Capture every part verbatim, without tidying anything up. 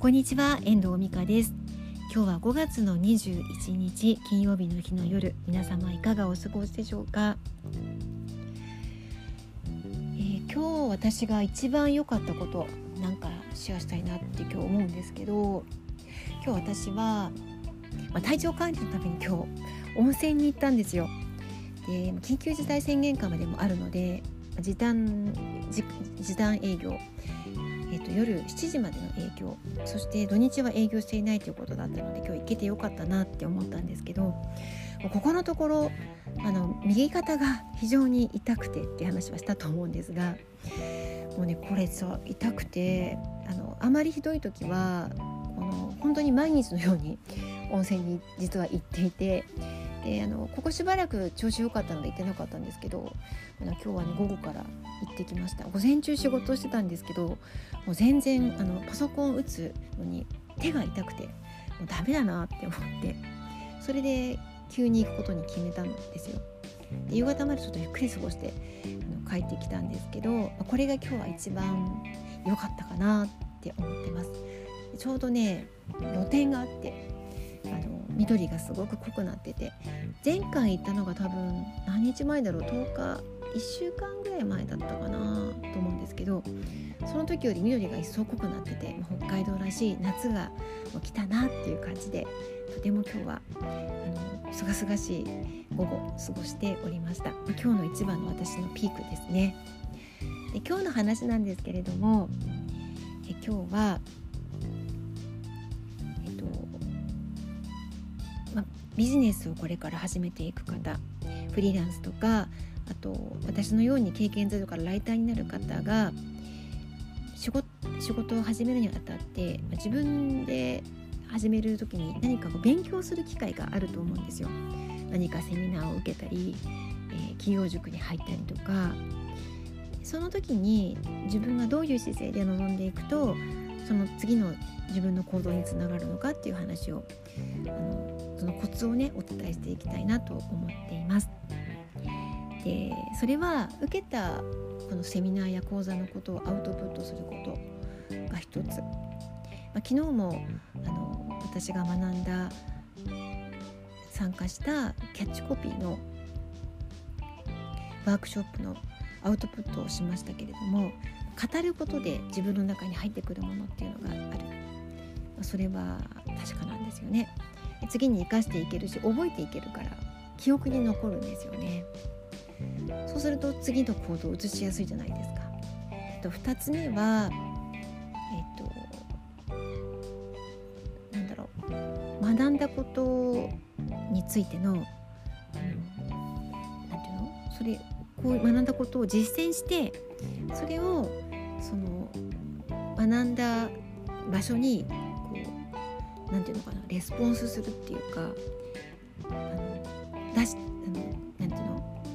こんにちは、遠藤美香です。今日はごがつのにじゅういちにち金曜日の日の夜、皆様いかがお過ごしでしょうか。えー、今日私が一番良かったことなんかシェアしたいなって今日思うんですけど、今日私は、まあ、体調管理のために今日温泉に行ったんですよ。で、緊急事態宣言下までもあるので時短、時, 時短営業、えー、と夜しちじまでの営業、そして土日は営業していないということだったので、今日行けてよかったなって思ったんですけど、ここのところあの右肩が非常に痛くてっていう話はしたと思うんですが、もうねこれさ痛くて、あのあまりひどい時はこの本当に毎日のように温泉に実は行っていて、であのここしばらく調子良かったので行ってなかったんですけど、あの今日はね午後から行ってきました。午前中仕事をしてたんですけど、もう全然あのパソコン打つのに手が痛くてもうダメだなって思って、それで急に行くことに決めたんですよ。で夕方までちょっとゆっくり過ごしてあの帰ってきたんですけど、これが今日は一番良かったかなって思ってます。ちょうどね露天があって、あの緑がすごく濃くなってて、前回行ったのが多分何日前だろう、とおかいっしゅうかんぐらい前だったかなと思うんですけど、その時より緑が一層濃くなってて、北海道らしい夏がもう来たなっていう感じで、とても今日はあのすがすがしい午後過ごしておりました。今日の一番の私のピークですね。で今日の話なんですけれども、え今日はえっとま、ビジネスをこれから始めていく方、フリーランスとか、あと私のように経験ゼロからライターになる方が仕事、仕事を始めるにあたって、ま、自分で始める時に何かこう勉強する機会があると思うんですよ。何かセミナーを受けたり、えー、企業塾に入ったりとか、その時に自分がどういう姿勢で臨んでいくとその次の自分の行動につながるのかっていう話を、あのそのコツをねお伝えしていきたいなと思っています。でそれは受けたこのセミナーや講座のことをアウトプットすることが一つ、まあ、昨日もあの私が学んだ参加したキャッチコピーのワークショップのアウトプットをしましたけれども、語ることで自分の中に入ってくるものっていうのがある、それは確かなんですよね。次に生かしていけるし、覚えていけるから記憶に残るんですよね。そうすると次の行動を移しやすいじゃないですか。えっと、ふたつめはえっとなんだろう学んだことについての、あのなんていうのそれこう学んだことを実践して、それをその学んだ場所にこうなんていうのかなレスポンスするっていうか、あの出しあのなんていうの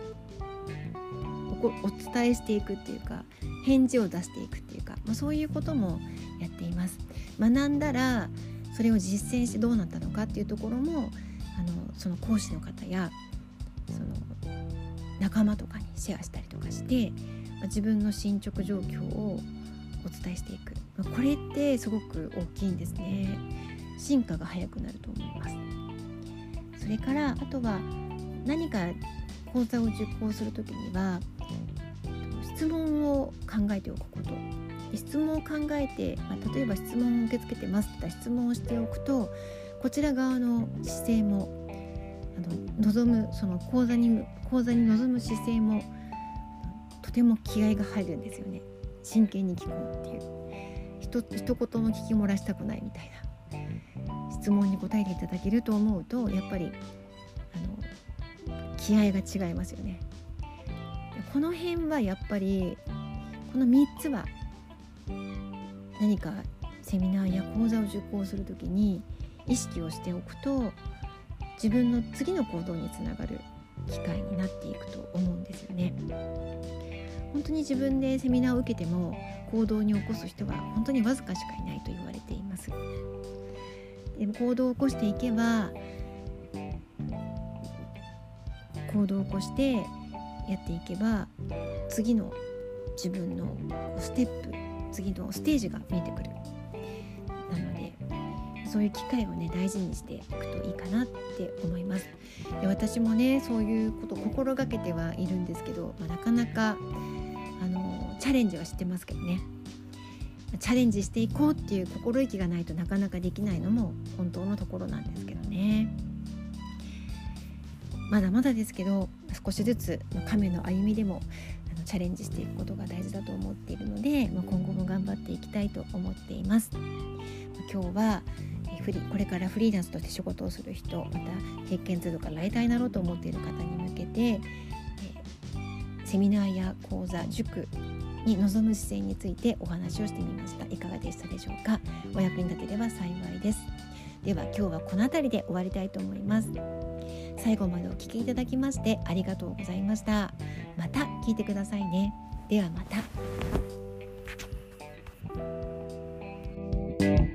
お, お伝えしていくっていうか、返事を出していくっていうか、まあ、そういうこともやっています。学んだらそれを実践してどうなったのかっていうところも、あのその講師の方やその仲間とかにシェアしたりとかして、まあ、自分の進捗状況をお伝えしていく、まあ、これってすごく大きいんですね。進化が早くなると思います。それからあとは何か講座を受講するときには質問を考えておくこと、質問を考えて、まあ、例えば質問を受け付けてますって言ったら質問をしておくと、こちら側の姿勢もあの望むその講座に講座に臨む姿勢もとても気合が入るんですよね。真剣に聞こうっていう、ひと一言も聞き漏らしたくないみたいな質問に答えていただけると思うと、やっぱりあの気合が違いますよね。この辺はやっぱりこのみっつは何かセミナーや講座を受講するときに意識をしておくと、自分の次の行動につながる機会になっていくと思うんですよね。本当に自分でセミナーを受けても行動に起こす人は本当にわずかしかいないと言われています。でも行動を起こしていけば、行動を起こしてやっていけば次の自分のステップ、次のステージが見えてくる。 そういう機会をね大事にしていくといいかなって思います。で私もねそういうことを心がけてはいるんですけど、まあ、なかなかあのチャレンジはしてますけどね、チャレンジしていこうっていう心意気がないとなかなかできないのも本当のところなんですけどね。まだまだですけど少しずつ亀の歩みでもあのチャレンジしていくことが大事だと思っているので、まあ、今後も頑張っていきたいと思っています。今日はフリこれからフリーランスとして仕事をする人、また経験ゼロからライターになろうと思っている方に向けて、えセミナーや講座、塾に臨む姿勢についてお話をしてみました。いかがでしたでしょうか。お役に立てれば幸いです。では今日はこの辺りで終わりたいと思います。最後までお聞きいただきましてありがとうございました。また聞いてくださいね。ではまた。